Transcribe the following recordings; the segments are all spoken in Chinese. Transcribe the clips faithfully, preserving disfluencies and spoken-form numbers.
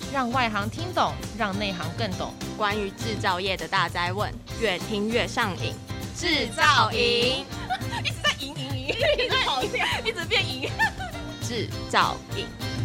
让外行听懂，让内行更懂。 关于制造业的大哉问，越听越上瘾。制造营一直在赢赢赢，一直跑掉，一直变赢。 制造营。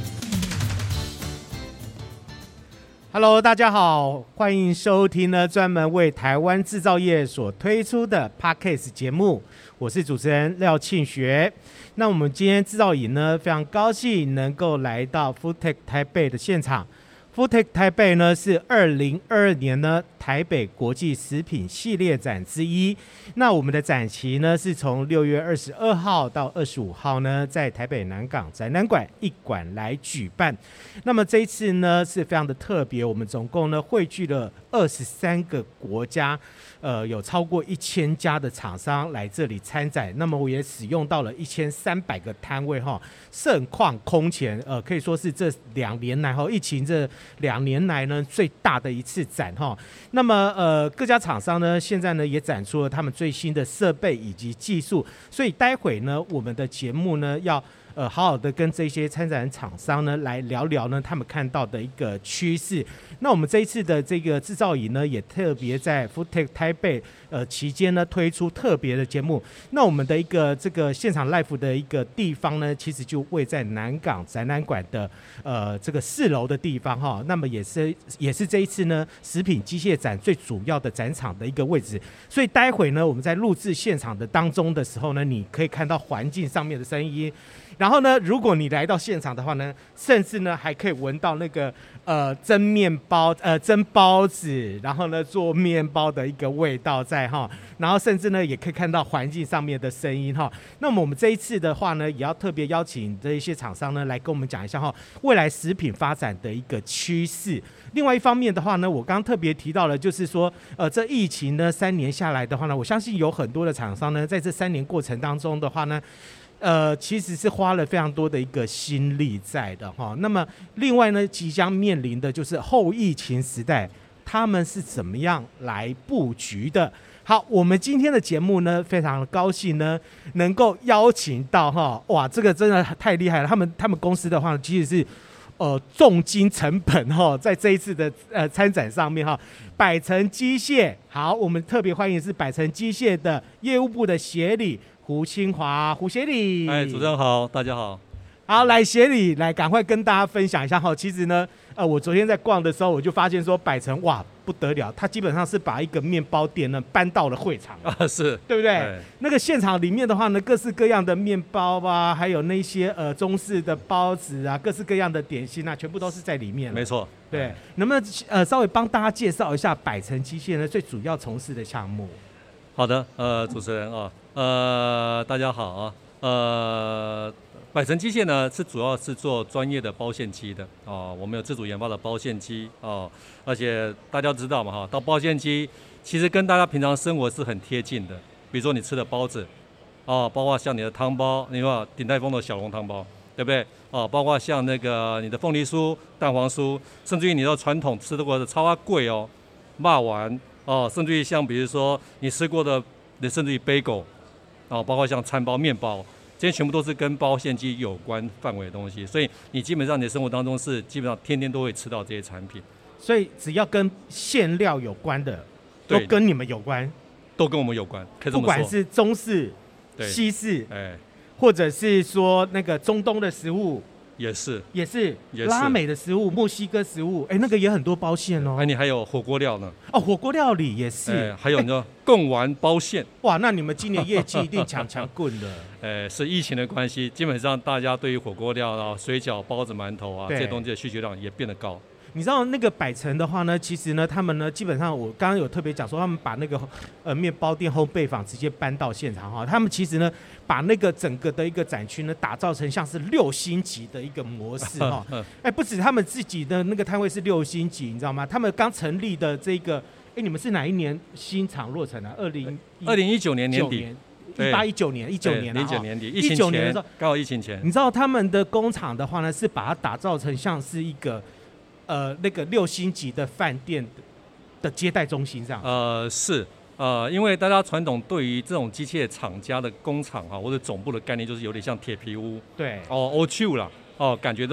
Hello， 大家好，欢迎收听呢专门为台湾制造业所推出的 Podcast 节目，我是主持人廖庆学。那我们今天制造营呢，非常高兴能够来到 FoodTech 台北的现场。FoodTech 台北呢是二零二二年呢台北国际食品系列展之一。那我们的展期呢是从六月二十二号到二十五号呢，在台北南港展览馆一馆来举办。那么这一次呢是非常的特别，我们总共呢汇聚了二十三个国家，呃，有超过一千家的厂商来这里参展。那么我也使用到了一千三百个摊位哈，盛况空前，呃，可以说是这两年来哈疫情这两年来呢最大的一次展哈。那么呃各家厂商呢现在呢也展出了他们最新的设备以及技术，所以待会呢我们的节目呢要呃好好的跟这些参展厂商呢来聊聊呢他们看到的一个趋势。那我们这一次的这个制造营呢也特别在 FoodTech 台北呃期间呢推出特别的节目。那我们的一个这个现场 live 的一个地方呢，其实就位在南港展览馆的呃这个四楼的地方哈。那么也是也是这一次呢食品机械展最主要的展场的一个位置。所以待会呢我们在录制现场的当中的时候呢，你可以看到环境上面的声音。然后呢，如果你来到现场的话呢，甚至呢还可以闻到那个呃蒸面包、呃蒸包子，然后呢做面包的一个味道在哈。然后甚至呢也可以看到环境上面的声音哈。那么我们这一次的话呢，也要特别邀请这一些厂商呢来跟我们讲一下哈未来食品发展的一个趋势。另外一方面的话呢，我刚刚特别提到了，就是说呃这疫情呢三年下来的话呢，我相信有很多的厂商呢在这三年过程当中的话呢。呃，其实是花了非常多的一个心力在的哈。那么，另外呢，即将面临的就是后疫情时代，他们是怎么样来布局的？好，我们今天的节目呢，非常高兴呢，能够邀请到哈，哇，这个真的太厉害了。他们他们公司的话，其实是呃重金成本哈，在这一次的呃参展上面哈，百成机械。好，我们特别欢迎是百成机械的业务部的协理。胡清华，胡协理， 哎，主持人好，大家好， 好，来协理，来赶快跟大家分享一下哈。其实呢，呃，我昨天在逛的时候，我就发现说，百成哇不得了，他基本上是把一个面包店呢搬到了会场啊，是对不对？那个现场里面的话呢，各式各样的面包啊，还有那些呃中式的包子啊，各式各样的点心啊，全部都是在里面了。 没错， 对，能不能呃稍微帮大家介绍一下百成机械呢最主要从事的项目？ 好的，呃，主持人啊，呃，大家好啊，呃，百成机械呢是主要是做专业的包馅机的哦，我们有自主研发的包馅机哦，而且大家知道嘛哈，到包馅机其实跟大家平常生活是很贴近的，比如说你吃的包子哦，包括像你的汤包，你看鼎泰丰的小笼汤包，对不对？哦，包括像那个你的凤梨酥、蛋黄酥，甚至于你的传统吃的过的超阿贵哦，肉丸。哦，甚至于像比如说你吃过的，甚至于bagel，哦，包括像餐包、面包，这些全部都是跟包馅机有关范围的东西，所以你基本上你的生活当中是基本上天天都会吃到这些产品。 所以只要跟馅料有关的，都跟你们有关， 都跟我们有关，可以这么说。 不管是中式、西式， 哎， 或者是说那个中东的食物。 也是， 也是，也是拉美的食物、墨西哥食物，哎，那个也很多包馅哦。 哎，你还有火锅料呢？ 哦，火锅料理也是。 哎，还有你说贡丸包馅。 哇，那你们今年业绩一定强强棍的。 哎，是疫情的关系，基本上大家对于火锅料啊、水饺、包子、馒头啊这些东西的需求量也变得高。 你知道那个百成的话呢，其实呢，他们呢基本上我刚刚有特别讲说，他们把那个呃面包店烘焙坊直接搬到现场哈，他们其实呢把那个整个的一个展区呢打造成像是六星级的一个模式哈。哎，不止他们自己的那个摊位是六星级，你知道吗？他们刚成立的这个，哎，你们是哪一年新厂落成啊？二零二零一九年年底。 一八一九年，一九年， 零九年底，疫情前，刚好疫情前。 你知道他们的工厂的话呢，是把它打造成像是一个。呃，那个六星级的饭店的接待中心上， 呃，是，呃，因为大家传统对于这种机械厂家的工厂哈、啊、或者总部的概念，就是有点像铁皮屋， 对， 哦 ，O 区啦，哦，感觉这种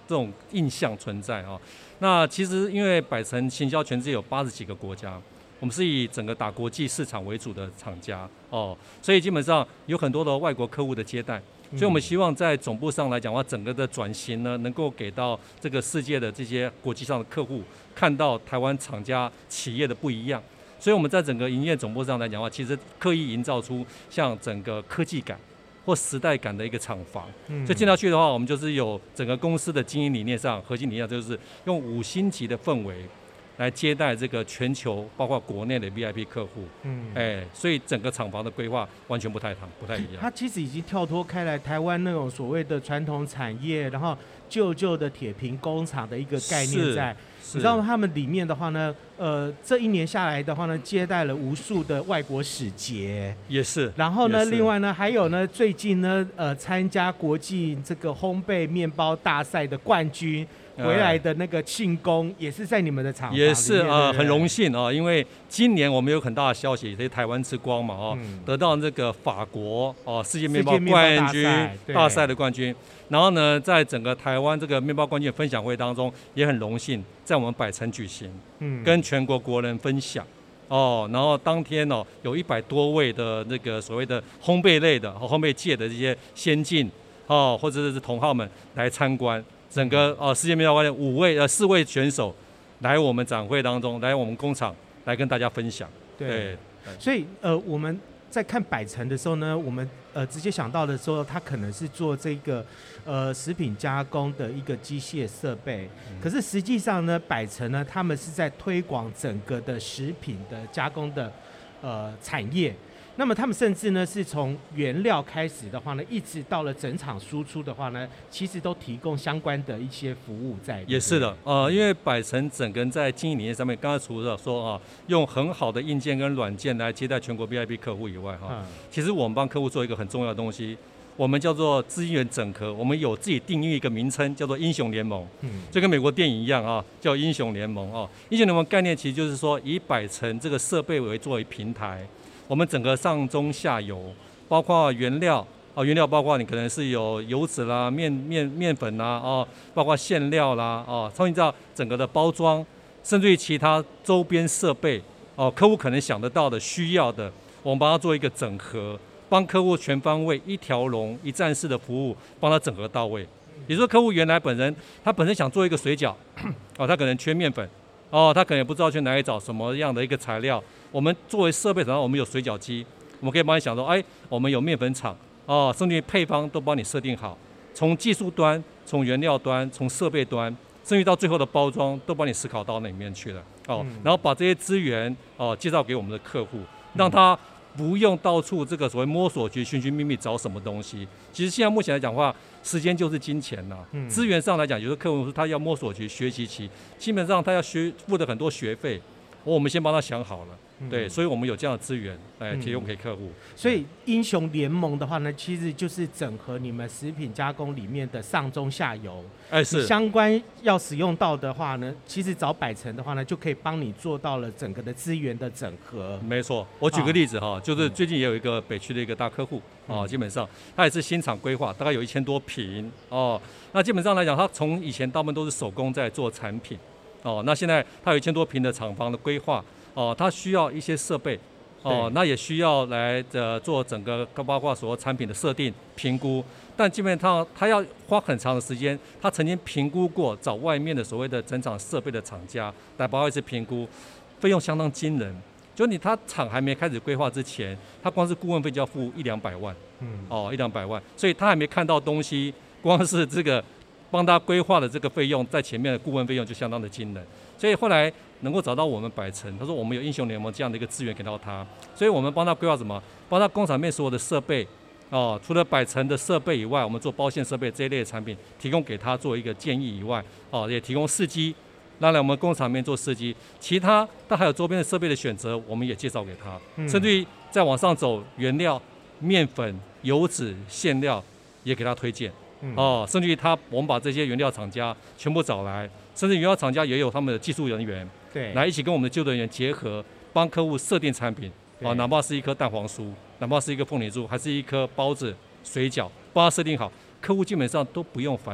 这种印象存在啊。那其实因为百成行销全世界有八十几个国家，我们是以整个打国际市场为主的厂家哦，所以基本上有很多的外国客户的接待，所以我们希望在总部上来讲的话，整个的转型呢，能够给到这个世界的这些国际上的客户看到台湾厂家企业的不一样。所以我们在整个营业总部上来讲的话，其实刻意营造出像整个科技感或时代感的一个厂房。嗯、所以进到去的话，我们就是有整个公司的经营理念上，核心理念就是用五星级的氛围来接待这个全球包括国内的 V I P 客户。嗯，哎，所以整个厂房的规划完全不太同，不太一样。 它其实已经跳脱开来台湾那种所谓的传统产业，然后旧旧的铁皮工厂的一个概念在。你知道他们里面的话呢，呃，这一年下来的话呢，接待了无数的外国使节， 也是。 然后呢，另外呢，还有呢，最近呢，呃，参加国际这个烘焙面包大赛的冠军回来的那个庆功，也是在你们的厂房里面。 也是呃，很荣幸啊、哦，因为今年我们有很大的消息，是台湾之光嘛，哦，嗯、得到这个法国哦世界面包冠军大赛的冠军。然后呢，在整个台湾这个面包冠军分享会当中，也很荣幸在我们百城举行，嗯，跟全国国人分享，哦，然后当天哦，有一百多位的那个所谓的烘焙类的、烘焙界的这些先进哦，或者是同好们来参观，整个哦世界面包冠军五位呃四位选手来我们展会当中，来我们工厂来跟大家分享， 对，对所以呃我们在看百城的时候呢，我们呃直接想到的时候，它可能是做这个呃食品加工的一个机械设备，嗯、可是实际上呢，百城呢，他们是在推广整个的食品的加工的呃产业。那么他们甚至呢是从原料开始的话呢，一直到了整场输出的话呢，其实都提供相关的一些服务在。 也是的，呃，因为百城整个人在经营理念上面，刚才除了说啊，用很好的硬件跟软件来接待全国 V I P 客户以外，哈、嗯，其实我们帮客户做一个很重要的东西，我们叫做资源整合，我们有自己定义一个名称，叫做英雄联盟。嗯，就跟美国电影一样啊，叫英雄联盟啊。英雄联盟概念其实就是说，以百城这个设备为作为平台。我们整个上中下游，包括原料啊，原料包括你可能是有油脂啦、面面面粉啦，哦，包括馅料啦，哦，从你知道整个的包装，甚至于其他周边设备，哦，客户可能想得到的、需要的，我们帮他做一个整合，帮客户全方位、一条龙、一站式的服务，帮他整合到位。也就是说，客户原来本人他本身想做一个水饺，哦，他可能缺面粉。哦，他可能也不知道去哪里找什么样的一个材料。我们作为设备厂商，我们有水饺机，我们可以帮你想说，哎，我们有面粉厂，哦，甚至于配方都帮你设定好，从技术端、从原料端、从设备端，甚至到最后的包装，都帮你思考到那里面去了。哦，嗯、然后把这些资源哦介绍给我们的客户，让他不用到处这个所谓摸索去寻寻觅觅找什么东西。其实现在目前来讲的话，时间就是金钱呐、啊。嗯、资源上来讲，有的客户他要摸索期、学习期，基本上他要学付的很多学费，我们先帮他想好了。嗯、对，所以我们有这样的资源来提供给客户。 嗯、所以英雄联盟的话呢，其实就是整合你们食品加工里面的上中下游， 哎是相关要使用到的话呢，其实找百城的话呢，就可以帮你做到了整个的资源的整合。 没错，我举个例子哈，啊、就是最近也有一个北区的一个大客户啊，嗯、基本上他也是新厂规划，大概有一千多坪哦。那基本上来讲，他从以前大部分都是手工在做产品哦，那现在他有一千多坪的厂房的规划。哦，它需要一些设备，哦，那也需要来呃做整个包括所有产品的设定、评估，但基本上它要花很长的时间。他曾经评估过，找外面的所谓的整厂设备的厂家来帮他一次评估，费用相当惊人。就你他厂还没开始规划之前，他光是顾问费就要付一两百万，嗯，哦一两百万，所以他还没看到东西，光是这个帮他规划的这个费用，在前面的顾问费用就相当的惊人。所以后来能够找到我们百城，他说我们有英雄联盟这样的一个资源给到他，所以我们帮他规划什么？帮他工厂面所有的设备，哦，除了百城的设备以外，我们做包馅设备这一类的产品提供给他做一个建议以外，哦，也提供试机，当然我们工厂面做试机，其他但还有周边的设备的选择，我们也介绍给他，嗯、甚至于再往上走，原料、面粉、油脂、馅料也给他推荐。哦，甚至于他，我们把这些原料厂家全部找来，甚至原料厂家也有他们的技术人员， 对， 来一起跟我们的技术人员结合，帮客户设定产品，啊，哪怕是一颗蛋黄酥，哪怕是一个凤梨酥，还是一颗包子、水饺，帮他设定好，客户基本上都不用烦恼，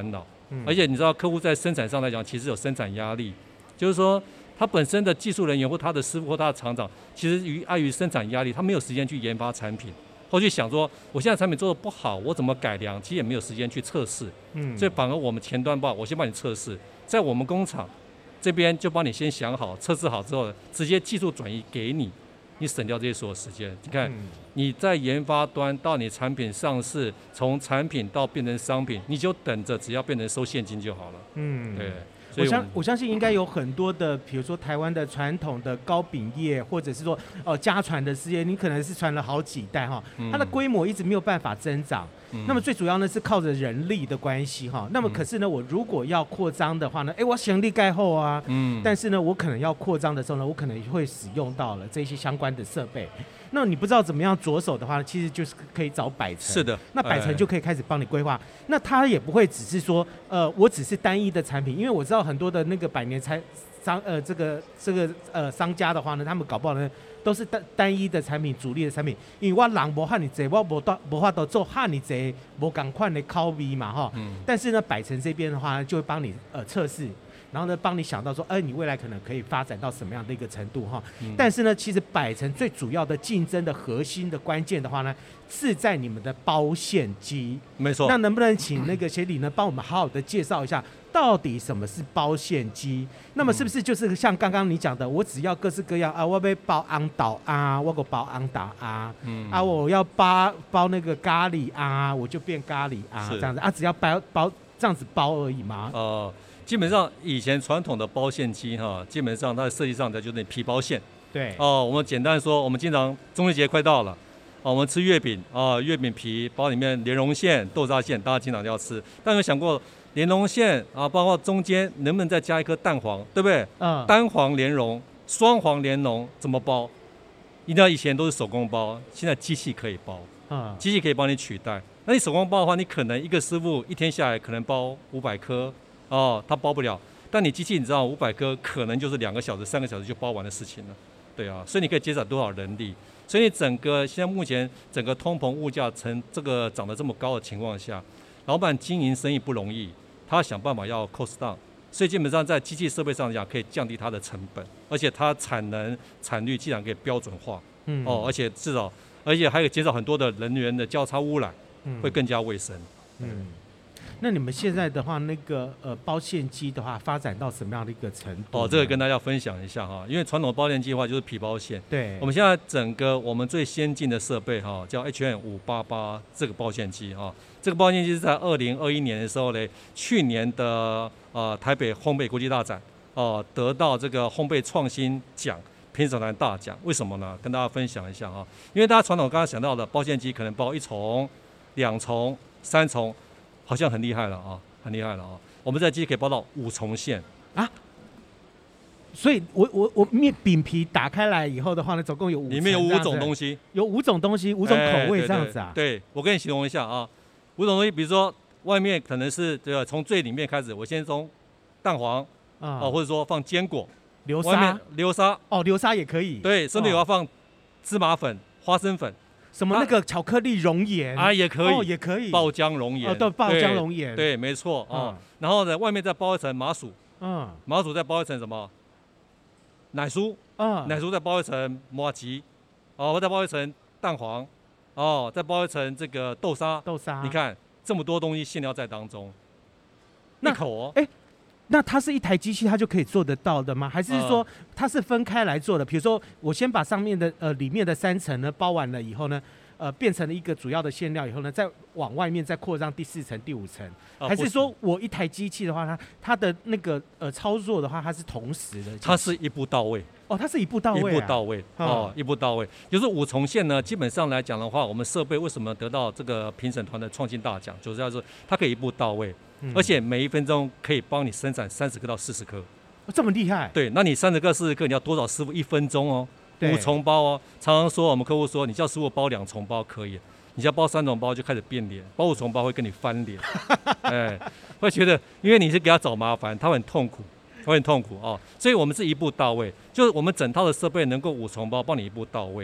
嗯、而且你知道客户在生产上来讲，其实有生产压力，就是说他本身的技术人员或他的师傅或他的厂长，其实于碍于生产压力，他没有时间去研发产品，或去想说我现在产品做的不好，我怎么改良，其实也没有时间去测试。嗯，所以反而我们前端吧，我先帮你测试，在我们工厂这边就帮你先想好，测试好之后，直接技术转移给你，你省掉这些所有时间。你看、嗯、你在研发端到你产品上市，从产品到变成商品，你就等着只要变成收现金就好了。嗯，对。 我相我相信应该有很多的，比如说台湾的传统的糕饼业，或者是说哦、呃、家传的事业，你可能是传了好几代哈，它的规模一直没有办法增长。嗯、那么最主要呢是靠着人力的关系哈。那么可是呢，我如果要扩张的话呢，哎，我行李盖后啊，嗯，但是呢，我可能要扩张的时候呢，我可能会使用到了这些相关的设备。那你不知道怎么样着手的话，其实就是可以找百成。 是的， 那百成就可以开始帮你规划。哎、那他也不会只是说，呃，我只是单一的产品，因为我知道很多的那个百年才商，呃，这个这个呃商家的话呢，他们搞不好呢都是单单一的产品、主力的产品。因为我人无汉你济，我无到无法度做汉你济无同款的口味嘛哈。嗯。但是呢，百成这边的话呢，就会帮你呃测试。然后呢，帮你想到说，哎，你未来可能可以发展到什么样的一个程度哈？嗯、但是呢，其实百成最主要的竞争的核心的关键的话呢，是在你们的包馅机。 没错。 那能不能请那个协理呢，帮我们好好的介绍一下，到底什么是包馅机？那么是不是就是像刚刚你讲的，我只要各式各样啊，我要包昂岛啊，我给包昂岛啊，嗯、啊，我要包包那个咖喱啊，我就变咖喱啊，这样子啊，只要包包这样子包而已吗？ 哦。呃基本上以前传统的包馅机哈，基本上它的设计上的就是皮包馅。 对。 哦，我们简单说，我们经常中秋节快到了，哦，我们吃月饼啊，月饼皮包里面莲蓉馅、豆沙馅，大家经常要吃。但有想过莲蓉馅啊，包括中间能不能再加一颗蛋黄，对不对？嗯。单黄莲蓉、双黄莲蓉怎么包？一定要以前都是手工包，现在机器可以包。嗯。机器可以帮你取代。那你手工包的话，你可能一个师傅一天下来可能包五百颗。哦，它包不了，但你机器你知道五百颗可能就是两个小时、三个小时就包完的事情了，对啊，所以你可以节省多少人力？所以整个现在目前整个通膨物价成这个涨得这么高的情况下，老板经营生意不容易，他要想办法要 cost down， 所以基本上在机器设备上讲可以降低它的成本，而且它产能产率既然可以标准化，嗯，哦，而且至少而且还有减少很多的人员的交叉污染，嗯、会更加卫生，嗯。 那你们现在的话，那个呃包馅机的话，发展到什么样的一个程度？ 哦，这个跟大家分享一下哈，因为传统包馅机的话就是皮包馅， 对， 我们现在整个我们最先进的设备哈，叫 H M 五八八这个包馅机哈，这个包馅机是在二零二一年的时候呢，去年的呃台北烘焙国际大展哦、呃，得到这个烘焙创新奖评审团大奖，为什么呢？跟大家分享一下哈，因为大家传统刚刚想到的包馅机可能包一重、两重、三重。好像很厉害了啊，很厉害了啊！我们这机可以包到五重馅啊， 所以我我我面饼皮打开来以后的话呢，总共有五， 里面有五种东西， 有五种东西，五种口味这样子啊。 欸、对, 对, 对，我跟你形容一下啊，五种东西，比如说外面可能是这个从最里面开始，我先从蛋黄啊、呃，或者说放坚果、 流沙、 流沙哦，流沙也可以， 对，甚至有要放芝麻粉、花生粉。 什么那个巧克力熔岩啊，也可以， 哦，也可以， 爆浆熔岩， 哦，对，爆浆熔岩， 对，没错啊、嗯。然后呢，外面再包一层麻薯，嗯，麻薯再包一层什么？奶酥，嗯，奶酥再包一层麻糬，哦，再包一层蛋黄，哦，再包一层这个豆沙， 豆沙， 你看这么多东西馅料在当中，一口哦， 哎。那它是一台机器，它就可以做得到的吗？还是说它是分开来做的？比如说，我先把上面的呃里面的三层呢包完了以后呢，呃变成了一个主要的馅料以后呢，再往外面再扩张第四层、第五层， 啊、 还是说我一台机器的话，它它的那个呃操作的话，它是同时的？ 它是一步到位。 哦，它是一步到位、啊， 一步到位哦，一步到位。就是五重馅呢，基本上来讲的话，我们设备为什么得到这个评审团的创新大奖，就是要说它可以一步到位。嗯、而且每一分钟可以帮你生产三十颗到四十颗， 哦，这么厉害？ 对，那你三十颗、四十颗，你要多少师傅一分钟哦？五重包哦，常常说我们客户说，你叫师傅包两重包可以，你叫包三重包就开始变脸，包五重包会跟你翻脸，哎，会觉得因为你是给他找麻烦，他会很痛苦，会很痛苦哦。所以我们是一步到位，就是我们整套的设备能够五重包帮你一步到位。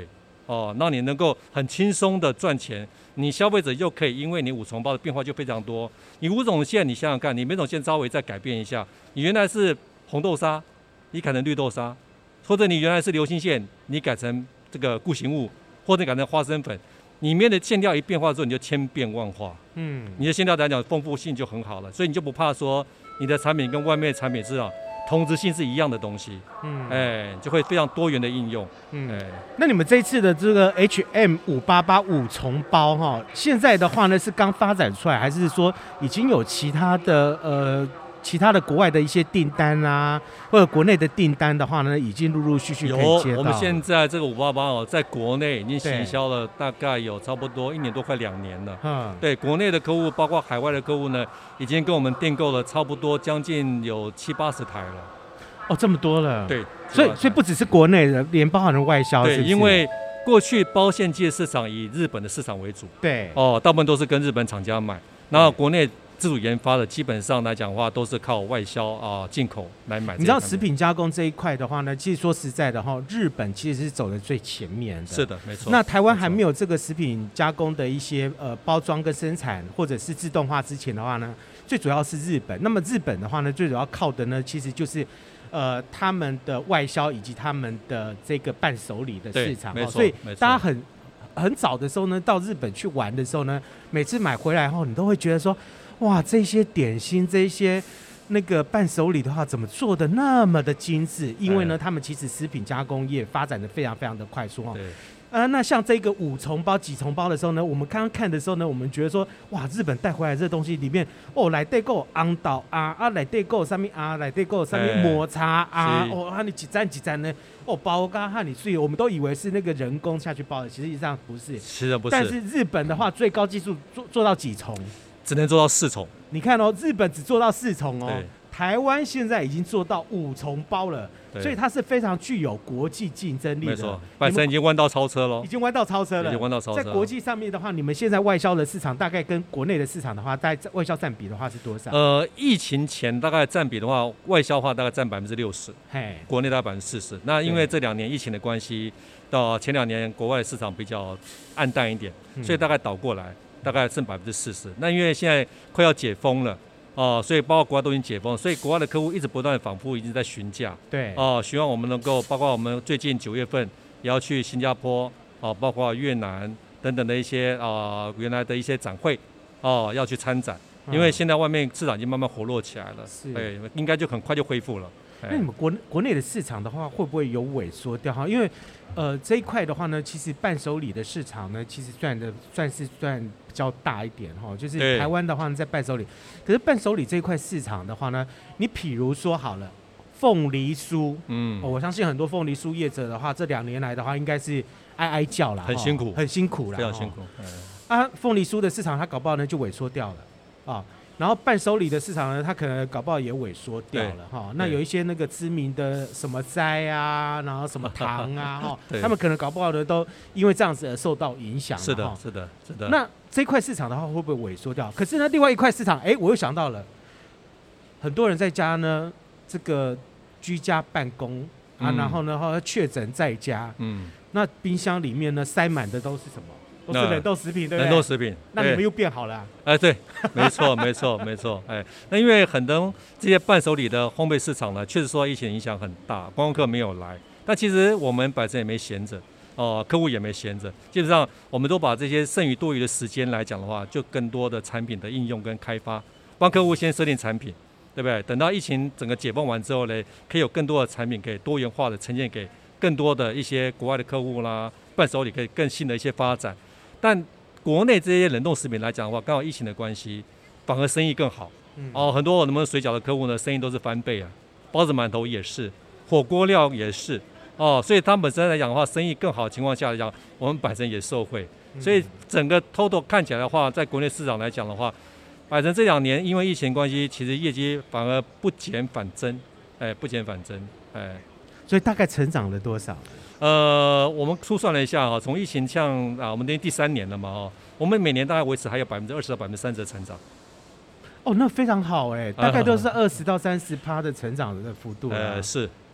哦，让你能够很轻松的赚钱。你消费者又可以，因为你五重包的变化就非常多。你五种馅，你想想看，你每种馅稍微再改变一下，你原来是红豆沙，你改成绿豆沙，或者你原来是流心馅，你改成这个固形物，或者改成花生粉，里面的馅料一变化之后，你就千变万化。嗯，你的馅料来讲丰富性就很好了，所以你就不怕说你的产品跟外面的产品是啊。同质性是一样的东西，嗯，哎，就会非常多元的应用，嗯，哎， 那你们这一次的这个 H M 五八八五重包哈，现在的话呢是刚发展出来，还是说已经有其他的呃其他的国外的一些订单啊，或者国内的订单的话呢，已经陆陆续续可以接到？ 有，我们现在这个五八八哦，在国内已经行销了大概有差不多一年多，快两年了。嗯，对，国内的客户包括海外的客户呢，已经跟我们订购了差不多将近有七八十台了。 哦，这么多了。 对， 所以所以不只是国内的，连包含了外销。 对， 是是因为过去包馅机的市场以日本的市场为主。 对。 哦，大部分都是跟日本厂家买，然后国内自主研发的，基本上来讲的话，都是靠外销啊、进口来买。 你知道食品加工这一块的话呢，其实说实在的哈，日本其实是走的最前面的。 是的，没错。 那台湾还没有这个食品加工的一些呃包装跟生产或者是自动化之前的话呢，最主要是日本。那么日本的话呢，最主要靠的呢，其实就是呃他们的外销以及他们的这个伴手礼的市场。所以大家很很早的时候呢，到日本去玩的时候呢，每次买回来后，你都会觉得说。哇，这些点心，这些那个伴手礼的话，怎么做的那么的精致？因为呢，他们其实食品加工业发展的非常非常的快速哦。对。呃，那像这个五重包、几重包的时候呢，我们刚刚看的时候呢，我们觉得说，哇，日本带回来这东西里面，哦，来对够昂岛啊，啊，来对够上面啊，来对够上面摩擦啊，哦，哈，你几站几站呢？哦，包嘎哈你碎，我们都以为是那个人工下去包的，其实际上不是。 是的，不是。 但是日本的话，最高技术做做到几重？ 只能做到四重， 你看哦，日本只做到四重哦，台湾现在已经做到五重包了，所以它是非常具有国际竞争力的。 没错，百森已经弯道超车了， 已经弯道超车了， 已经弯道超车。 在国际上面的话，你们现在外销的市场大概跟国内的市场的话，大概外销占比的话是多少？ 呃，疫情前大概占比的话，外销话大概占百分之六十，国内大概百分之四十。那因为这两年疫情的关系，到前两年国外的市场比较暗淡一点，所以大概倒过来。大概剩百分之四十，那因为现在快要解封了哦、呃，所以包括国外都已经解封，所以国外的客户一直不断反复，一直在询价， 对哦、呃，希望我们能够，包括我们最近九月份也要去新加坡哦、呃，包括越南等等的一些啊、呃、原来的一些展会哦、呃，要去参展，因为现在外面市场已经慢慢活络起来了，是，对，应该就很快就恢复了。 那你们国国内的市场的话，会不会有萎缩掉哈？因为呃这一块的话呢，其实伴手礼的市场呢，其实算的算是算比较大一点哈。就是台湾的话呢，在伴手礼，可是伴手礼这一块市场的话呢，你比如说好了，凤梨酥，嗯、哦，我相信很多凤梨酥业者的话，这两年来的话，应该是哀哀叫了， 很辛苦， 很辛苦了， 非常辛苦。 啊，凤梨酥的市场，它搞不好呢就萎缩掉了啊。然后伴手礼的市场呢，它可能搞不好也萎缩掉了哈。那有一些那个知名的什么斋啊，然后什么糖啊哈，他们可能搞不好的都因为这样子而受到影响。 是的，是的，是的。 那这块市场的话，会不会萎缩掉？可是呢，另外一块市场，哎，我又想到了，很多人在家呢，这个居家办公啊，嗯、然后呢，后确诊在家，嗯，那冰箱里面呢塞满的都是什么？都是冷冻食品，对不对？ 冷冻食品， 那你们又变好了、啊。 哎，对，没错，没错，没错。哎，那因为很多这些伴手礼的烘焙市场呢，确实受到疫情影响很大，观光客没有来。但其实我们本身也没闲着，哦、呃，客户也没闲着。基本上，我们都把这些剩余多余的时间来讲的话，就更多的产品的应用跟开发，帮客户先设定产品，对不对？等到疫情整个解封完之后呢，可以有更多的产品可以多元化的呈现给更多的一些国外的客户啦，伴手礼可以更新的一些发展。但国内这些冷冻食品来讲的话，刚好疫情的关系，反而生意更好。嗯、哦，很多我们水饺的客户呢，生意都是翻倍啊，包子馒头也是，火锅料也是。哦，所以它本身来讲的话，生意更好的情况下来讲，我们本身也受惠。所以整个 total 看起来的话，在国内市场来讲的话，百成这两年因为疫情关系，其实业绩反而不减反增，哎，不减反增，哎。 所以大概成长了多少？ 呃，我们估算了一下哈，从疫情像啊，我们已经第三年了嘛哈，我们每年大概维持还有百分之二十到百分之三十的成长。 哦，那非常好哎，大概都是二十到三十趴的成长的幅度。 呃，是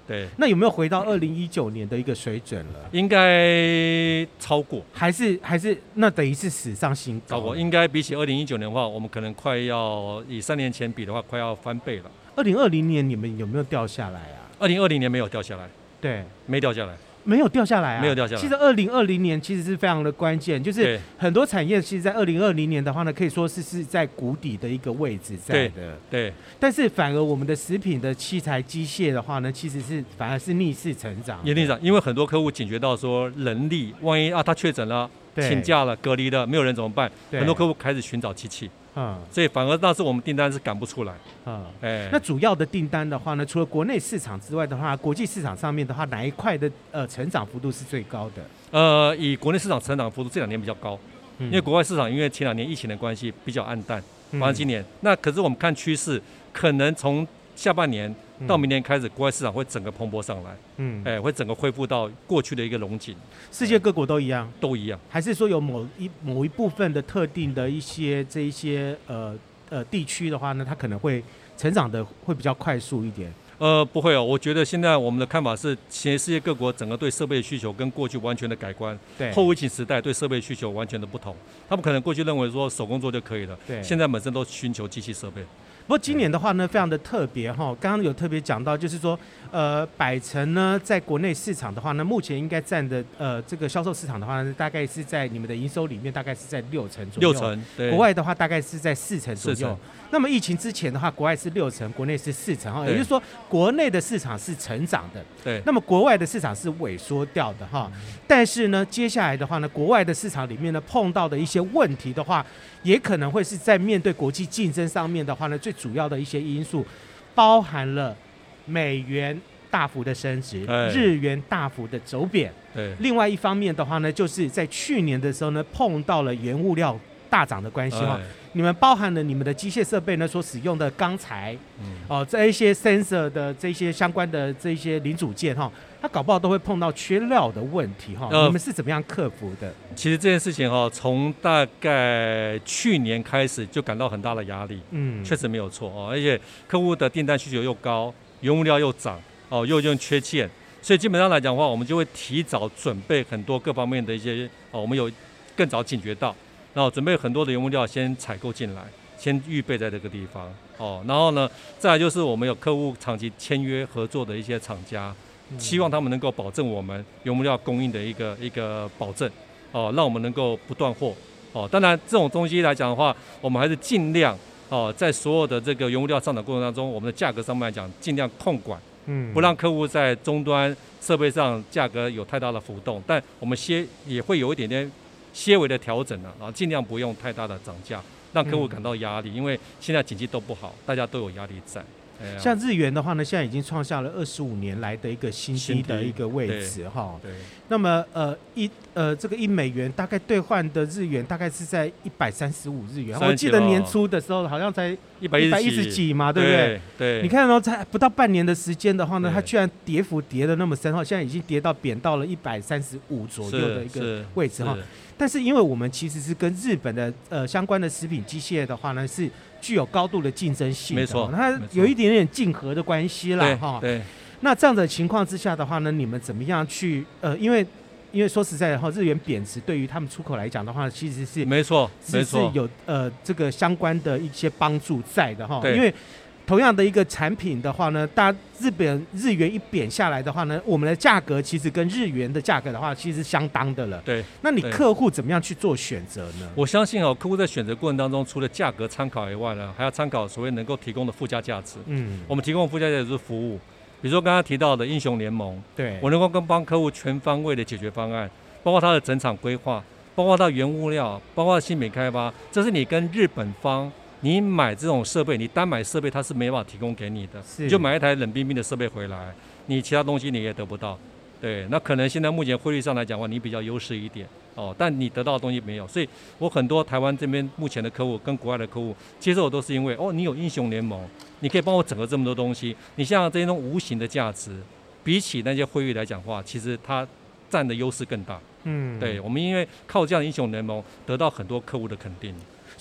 对， 那有没有回到二零一九年的一个水准了？ 应该超过， 还是还是那等于是史上新高？ 超过，应该比起二零一九年的话，我们可能快要以三年前比的话，快要翻倍了。 二零二零年你们有没有掉下来啊？ 二零二零年没有掉下来， 对， 没掉下来。 没有掉下来啊， 没有掉下来。 其实二零二零年其实是非常的关键，就是很多产业其实，在二零二零年的话呢，可以说是是在谷底的一个位置在的。 对。对但是反而我们的食品的器材机械的话呢，其实是反而是逆势成长。 也逆涨，因为很多客户警觉到说人力，万一啊他确诊了、请假了、隔离了，没有人怎么办？很多客户开始寻找机器。嗯，所以反而那时候我们订单是赶不出来。 嗯，哎，那主要的订单的话呢，除了国内市场之外的话，国际市场上面的话，哪一块的呃成长幅度是最高的？ 呃，以国内市场成长幅度这两年比较高，嗯、因为国外市场因为前两年疫情的关系比较暗淡，反正今年、嗯、那可是我们看趋势，可能从下半年到明年开始，国外市场会整个蓬勃上来，嗯，哎，会整个恢复到过去的一个龙井。 世界各国都一样， 都一样， 还是说有某一某一部分的特定的一些这一些呃呃地区的话呢，它可能会成长的会比较快速一点？ 呃，不会哦，我觉得现在我们的看法是，全世界各国整个对设备的需求跟过去完全的改观。对，后疫情时代对设备需求完全的不同，他们可能过去认为说手工做就可以了，对，现在本身都寻求机器设备。 不过今年的话呢，非常的特别哈。刚刚有特别讲到，就是说，呃，百成呢，在国内市场的话呢，目前应该占的呃这个销售市场的话呢，大概是在你们的营收里面，大概是在六成左右。 六成，对。 国外的话，大概是在四成左右。那么疫情之前的话，国外是六成，国内是四成哈。也就是说，国内的市场是成长的， 对。 那么国外的市场是萎缩掉的哈。但是呢，接下来的话呢，国外的市场里面呢，碰到的一些问题的话，也可能会是在面对国际竞争上面的话呢，最主要的一些因素，包含了美元大幅的升值，日元大幅的走贬。另外一方面的话呢，就是在去年的时候呢，碰到了原物料大涨的关系哈。你们包含了你们的机械设备呢所使用的钢材，嗯、哦，这一些 sensor 的这些相关的这些零组件哈，它搞不好都会碰到缺料的问题哈。呃、你们是怎么样克服的？ 其实这件事情哈，从大概去年开始就感到很大的压力，嗯，确实没有错哦，而且客户的订单需求又高，原物料又涨，哦，又又缺件，所以基本上来讲的话，我们就会提早准备很多各方面的一些哦，我们有更早警觉到。然后准备很多的原物料先采购进来，先预备在这个地方哦。然后呢，再来就是我们有客户长期签约合作的一些厂家，嗯、希望他们能够保证我们原物料供应的一个一个保证哦，让我们能够不断货哦。当然，这种东西来讲的话，我们还是尽量哦，在所有的这个原物料上涨过程当中，我们的价格上面来讲，尽量控管，嗯，不让客户在终端设备上价格有太大的浮动。但我们些也会有一点点。些微的调整啊，然后尽量不用太大的涨价，让客户感到压力，嗯、因为现在经济都不好，大家都有压力在。哎、 像日元的话呢，现在已经创下了二十五年来的一个新低的一个位置哈。对。那么呃一呃这个一美元大概兑换的日元大概是在一百三十五日元，我记得年初的时候好像才一百一十几嘛，对不对？ 对。 你看到、哦、才不到半年的时间的话呢，它居然跌幅跌得那么深哈，现在已经跌到贬到了一百三十五左右的一个位置哈。但是因为我们其实是跟日本的呃相关的食品机械的话呢，是具有高度的竞争性的， 没错， 它有一点点竞合的关系啦哈。对。那这样的情况之下的话呢，你们怎么样去呃，因为因为说实在的哈，日元贬值对于他们出口来讲的话，其实是没错， 是是有呃这个相关的一些帮助在的哈，因为。同样的一个产品的话呢，大家日本日元一贬下来的话呢，我们的价格其实跟日元的价格的话，其实是相当的了。 对， 那你客户怎么样去做选择呢？ 我相信哦，客户在选择过程当中，除了价格参考以外呢，还要参考所谓能够提供的附加价值。嗯，我们提供的附加价值是服务，比如说刚刚提到的英雄联盟，对我能够跟帮客户全方位的解决方案，包括他的整场规划，包括他的原物料，包括新品开发，这是你跟日本方。你买这种设备，你单买设备它是没办法提供给你的，你就买一台冷冰冰的设备回来，你其他东西你也得不到。对，那可能现在目前汇率上来讲的话，你比较优势一点哦，但你得到的东西没有，所以我很多台湾这边目前的客户跟国外的客户接受的都是因为哦，你有英雄联盟，你可以帮我整合这么多东西，你像这种无形的价值，比起那些汇率来讲的话，其实它占的优势更大。嗯，对，我们因为靠这样的英雄联盟得到很多客户的肯定。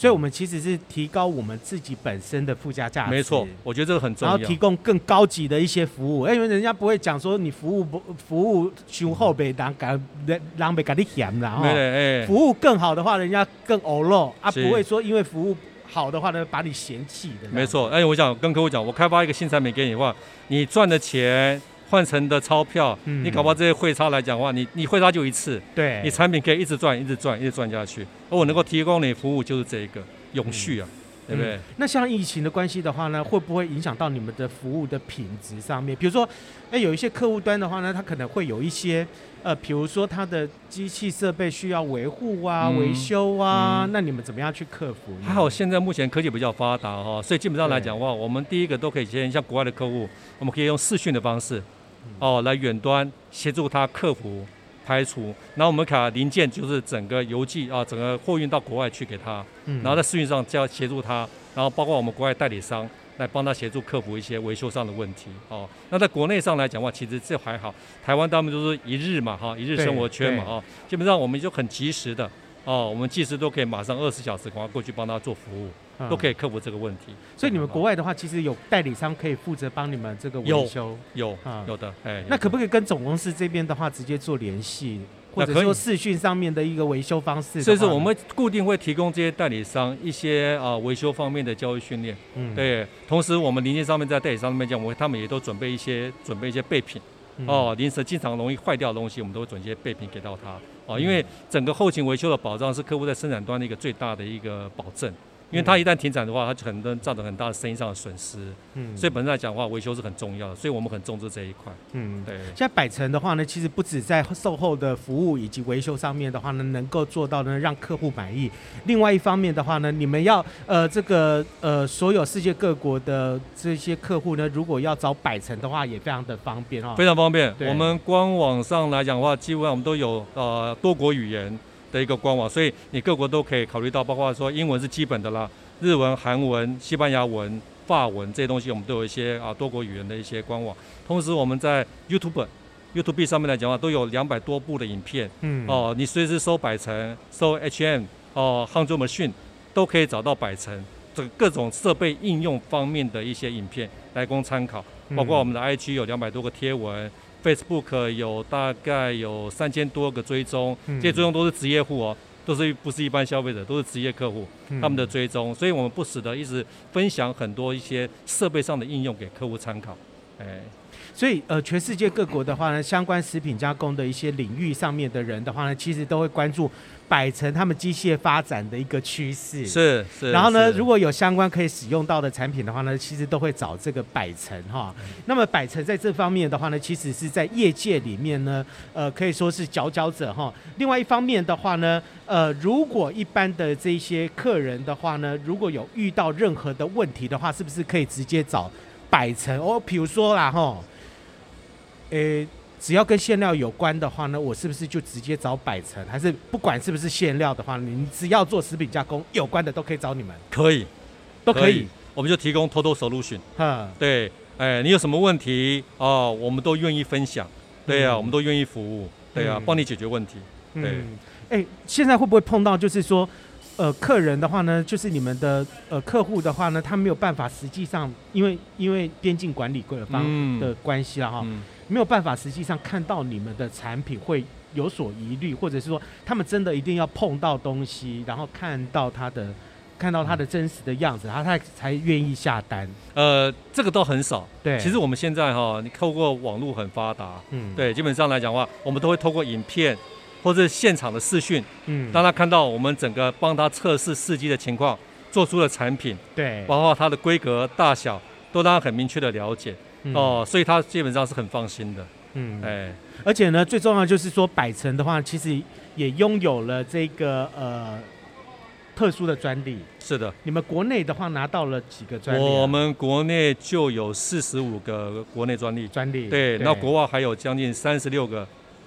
所以我们其实是提高我们自己本身的附加价值。 没错，我觉得这个很重要。 然后提供更高级的一些服务，因为人家不会讲说你服务不服务修后被人敢人被给你嫌啦哈。 对， 服务更好的话，人家更欧肉啊， 是不会说因为服务好的话呢把你嫌弃的。 没错，哎，我想跟客户讲，我开发一个新产品给你的话，你赚的钱换成的钞票， 嗯、 你搞不好这些汇差来讲的话，你你汇差就一次， 对， 你产品可以一直赚，一直赚，一直赚下去。而我能够提供你服务就是这一个永续啊。嗯对不对、嗯？ 那像疫情的关系的话呢，会不会影响到你们的服务的品质上面？比如说，哎，有一些客户端的话呢，他可能会有一些呃，比如说他的机器设备需要维护啊、嗯、维修啊、嗯，那你们怎么样去克服呢？ 还好，现在目前科技比较发达哈、哦，所以基本上来讲的话，我们第一个都可以先像国外的客户，我们可以用视讯的方式，哦，来远端协助他克服。排除，然后我们卡零件就是整个邮寄啊，整个货运到国外去给他，嗯、然后在试运上就要协助他，然后包括我们国外代理商来帮他协助克服一些维修上的问题哦。那在国内上来讲的话，其实这还好，台湾他们都是一日嘛哈，一日生活圈嘛哈，基本上我们就很及时的哦，我们技师都可以马上二十四小时赶快过去帮他做服务。都可以克服这个问题， 所以你们国外的话，其实有代理商可以负责帮你们这个维修， 有有、嗯、有的，哎， 那可不可以跟总公司这边的话直接做联系，或者说视讯上面的一个维修方式？ 所以说我们固定会提供这些代理商一些啊维修方面的教育训练，嗯，对，同时我们零件上面在代理商那边讲，我们他们也都准备一些准备一些备品。嗯、哦，临时经常容易坏掉的东西，我们都会准备一些备品给到他。哦，因为整个后勤维修的保障是客户在生产端的一个最大的一个保证。因为它一旦停产的话，它就很多造成很大的生意上的损失，嗯，所以本身来讲的话，维修是很重要的，所以我们很重视这一块，嗯，对。 现在百成的话呢，其实不止在售后的服务以及维修上面的话呢，能够做到呢让客户满意。另外一方面的话呢，你们要呃这个呃所有世界各国的这些客户呢，如果要找百成的话，也非常的方便哦， 非常方便。我们官网上来讲的话，基本上我们都有呃多国语言的一个官网，所以你各国都可以考虑到，包括说英文是基本的啦，日文、韩文、西班牙文、法文这些东西，我们都有一些啊多国语言的一些官网。同时，我们在 YouTube、YouTube 上面来讲的话，都有两百多部的影片，嗯，哦，你随时搜百成、搜 H M 哦、Hangzhou Machine 都可以找到百成这个各种设备应用方面的一些影片来供参考，包括我们的 I G 有两百多个贴文。Facebook 有大概有三千多个追踪，这些追踪都是职业户哦，都是不是一般消费者，都是职业客户，他们的追踪，所以我们不时的一直分享很多一些设备上的应用给客户参考，哎。 所以呃，全世界各国的话呢，相关食品加工的一些领域上面的人的话呢，其实都会关注百成他们机械发展的一个趋势。 是是。 然后呢，如果有相关可以使用到的产品的话呢，其实都会找这个百成哈。那么百成在这方面的话呢，其实是在业界里面呢，呃，可以说是佼佼者哈。另外一方面的话呢，呃，如果一般的这些客人的话呢，如果有遇到任何的问题的话，是不是可以直接找百成？哦，比如说啦哈。诶，只要跟馅料有关的话呢，我是不是就直接找百成？还是不管是不是馅料的话，你只要做食品加工有关的都可以找你们？ 可以， 都可以。可以我们就提供 Total Solution。哈，对，哎，你有什么问题哦，我们都愿意分享。对啊，嗯、我们都愿意服务。对啊，帮、嗯、你解决问题。对， 哎、嗯，现在会不会碰到就是说？呃，客人的话呢，就是你们的呃客户的话呢，他没有办法实际上，因为因为边境管理各方的关系啦哈、嗯，没有办法实际上看到你们的产品会有所疑虑，或者是说他们真的一定要碰到东西，然后看到它的看到它的真实的样子，他才才愿意下单。 呃，这个都很少。 对， 其实我们现在哈，你透过网络很发达，嗯，对，基本上来讲的话，我们都会透过影片。或者现场的视讯，嗯，让他看到我们整个帮他测试试机的情况，做出的产品， 对， 包括它的规格大小，都让他很明确的了解，嗯、哦，所以他基本上是很放心的，嗯，哎， 而且呢，最重要就是说，百成的话，其实也拥有了这个呃特殊的专利。 是的， 你们国内的话拿到了几个专利、啊？ 我们国内就有四十五个国内专利， 专利， 对，那国外还有将近三十六个。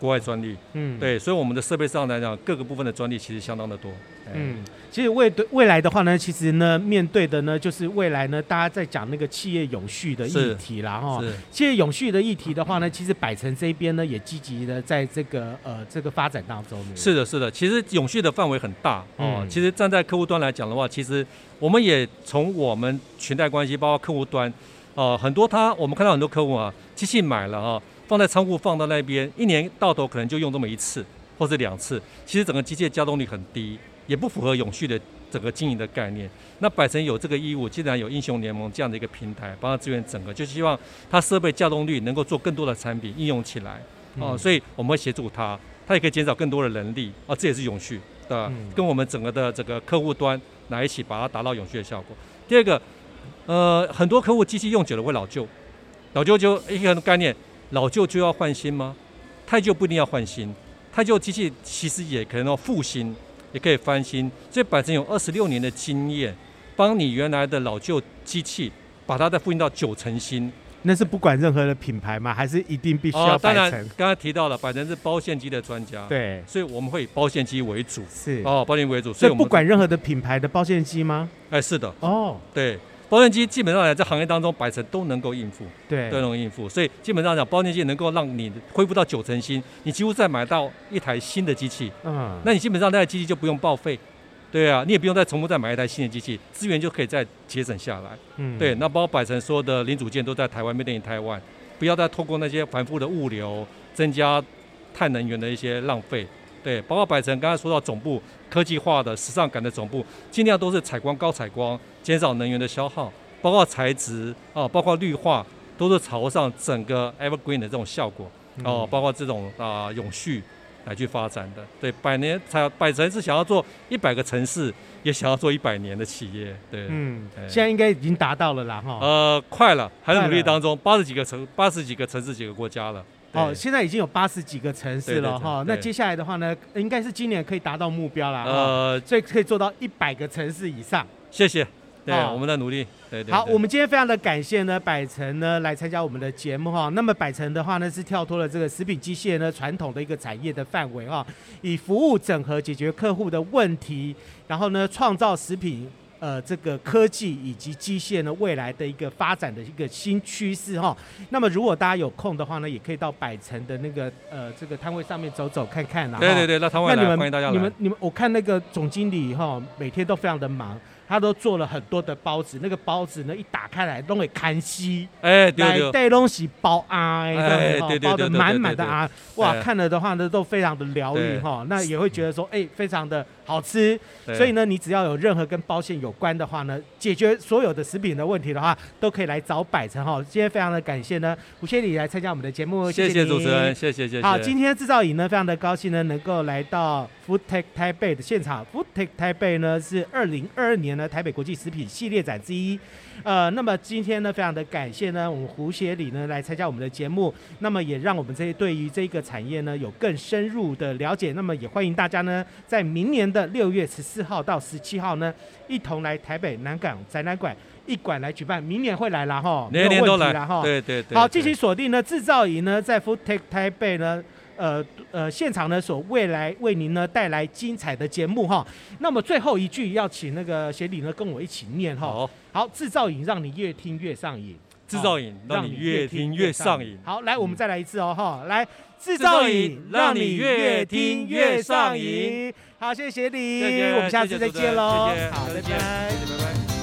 国外专利，嗯，对，所以我们的设备上来讲，各个部分的专利其实相当的多。 嗯，其实未对未来的话呢，其实呢，面对的呢，就是未来呢，大家在讲那个企业永续的议题啦，哈。企业永续的议题的话呢，其实百成这边呢，也积极的在这个呃这个发展当中。 是的，是的，其实永续的范围很大哦。嗯、其实站在客户端来讲的话，其实我们也从我们裙带关系，包括客户端，哦、呃，很多他我们看到很多客户啊，机器买了啊。放在仓库放到那边，一年到头可能就用这么一次或者两次，其实整个机械稼动率很低，也不符合永续的整个经营的概念。那百成有这个义务，既然有英雄联盟这样的一个平台帮他支援整个，就希望他设备稼动率能够做更多的产品应用起来哦、呃，所以我们会协助他，他也可以减少更多的人力啊、呃，这也是永续的、嗯，跟我们整个的这个客户端来一起把它达到永续的效果。第二个，呃，很多客户机器用久了会老旧，老旧就一个概念。老旧就要换新吗？太旧不一定要换新，太旧机器其实也可能要复新，也可以翻新。所以百成有二十六年的经验，帮你原来的老旧机器，把它再复兴到九成新。 那是不管任何的品牌吗？还是一定必须要百成？ 哦、当然，刚才提到了百成是包线机的专家， 对， 所以我们会以包线机为主， 是哦，包线机为主。 所以不管任何的品牌的包线机吗？ 哎，是的， 哦， 对。包线机基本上来在行业当中，百成都能够应付， 对， 都能够应付。所以基本上讲，包线机能够让你恢复到九成新，你几乎再买到一台新的机器，嗯，那你基本上那台机器就不用报废，对啊，你也不用再重复再买一台新的机器，资源就可以再节省下来，嗯，对。那包括百成所有的零组件都在台湾 ，made in 台湾，不要再透过那些繁复的物流，增加碳能源的一些浪费。对，包括百成刚才说到总部科技化的、时尚感的总部，尽量都是采光高采光，减少能源的消耗，包括材质啊，包括绿化，都是朝上整个 evergreen 的这种效果哦、啊，包括这种啊永续来去发展的。对，百年才百成是想要做一百个城市，也想要做一百年的企业。对， 嗯，现在应该已经达到了啦哈。 呃，快了，还在努力当中，八十几个城，八十几个城市，几个国家了。 哦，现在已经有八十几个城市了哈。那接下来的话呢，应该是今年可以达到目标啦。呃，所以可以做到一百个城市以上。 谢谢。对，我们在努力。对对。 好，我们今天非常的感谢呢，百成呢来参加我们的节目哈。那么百成的话呢，是跳脱了这个食品机械呢传统的一个产业的范围哈，以服务整合解决客户的问题，然后呢创造食品。呃，这个科技以及机械呢，未来的一个发展的一个新趋势哈。那么，如果大家有空的话呢，也可以到百成的那个呃这个摊位上面走走看看啦。 对对对，那摊位来，欢迎大家来。 你们你们，我看那个总经理哈，每天都非常的忙。他都做了很多的包子，那个包子呢，一打开来都会看稀， 哎，对对， 带东西包啊， 哎，对对， 包的满满的啊，哇，看了的话呢，都非常的疗愈哈，那也会觉得说，哎，非常的好吃，所以呢，你只要有任何跟包馅有关的话呢，解决所有的食品的问题的话，都可以来找百成哈。今天非常的感谢呢，胡协理来参加我们的节目， 谢谢主持人，谢谢谢谢。 好，今天制造营呢，非常的高兴呢，能够来到 FoodTech 台北的现场。FoodTech 台北呢是二零二二年呢台北国际食品系列展之一。呃，那么今天呢，非常的感谢呢，我们胡协理呢来参加我们的节目，那么也让我们这些对于这个产业呢有更深入的了解。那么也欢迎大家呢，在明年的六月十四号到十七号呢，一同来台北南港展览馆一馆来举办，明年会来啦哈， 年年都来啦哈。 对对对。 好，敬请锁定呢制造营呢在 FoodTech 台北呢。呃呃，现场呢，所未来为您呢带来精彩的节目哈。那么最后一句要请那个协理呢跟我一起念哈。好，好，制造瘾让你越听越上瘾， 制造瘾让你越听越上瘾。 好，来，我们再来一次哦哈，来，制造瘾让你越听越上瘾。好，谢谢协理，我们下次再见喽。 好， 拜拜， 拜拜。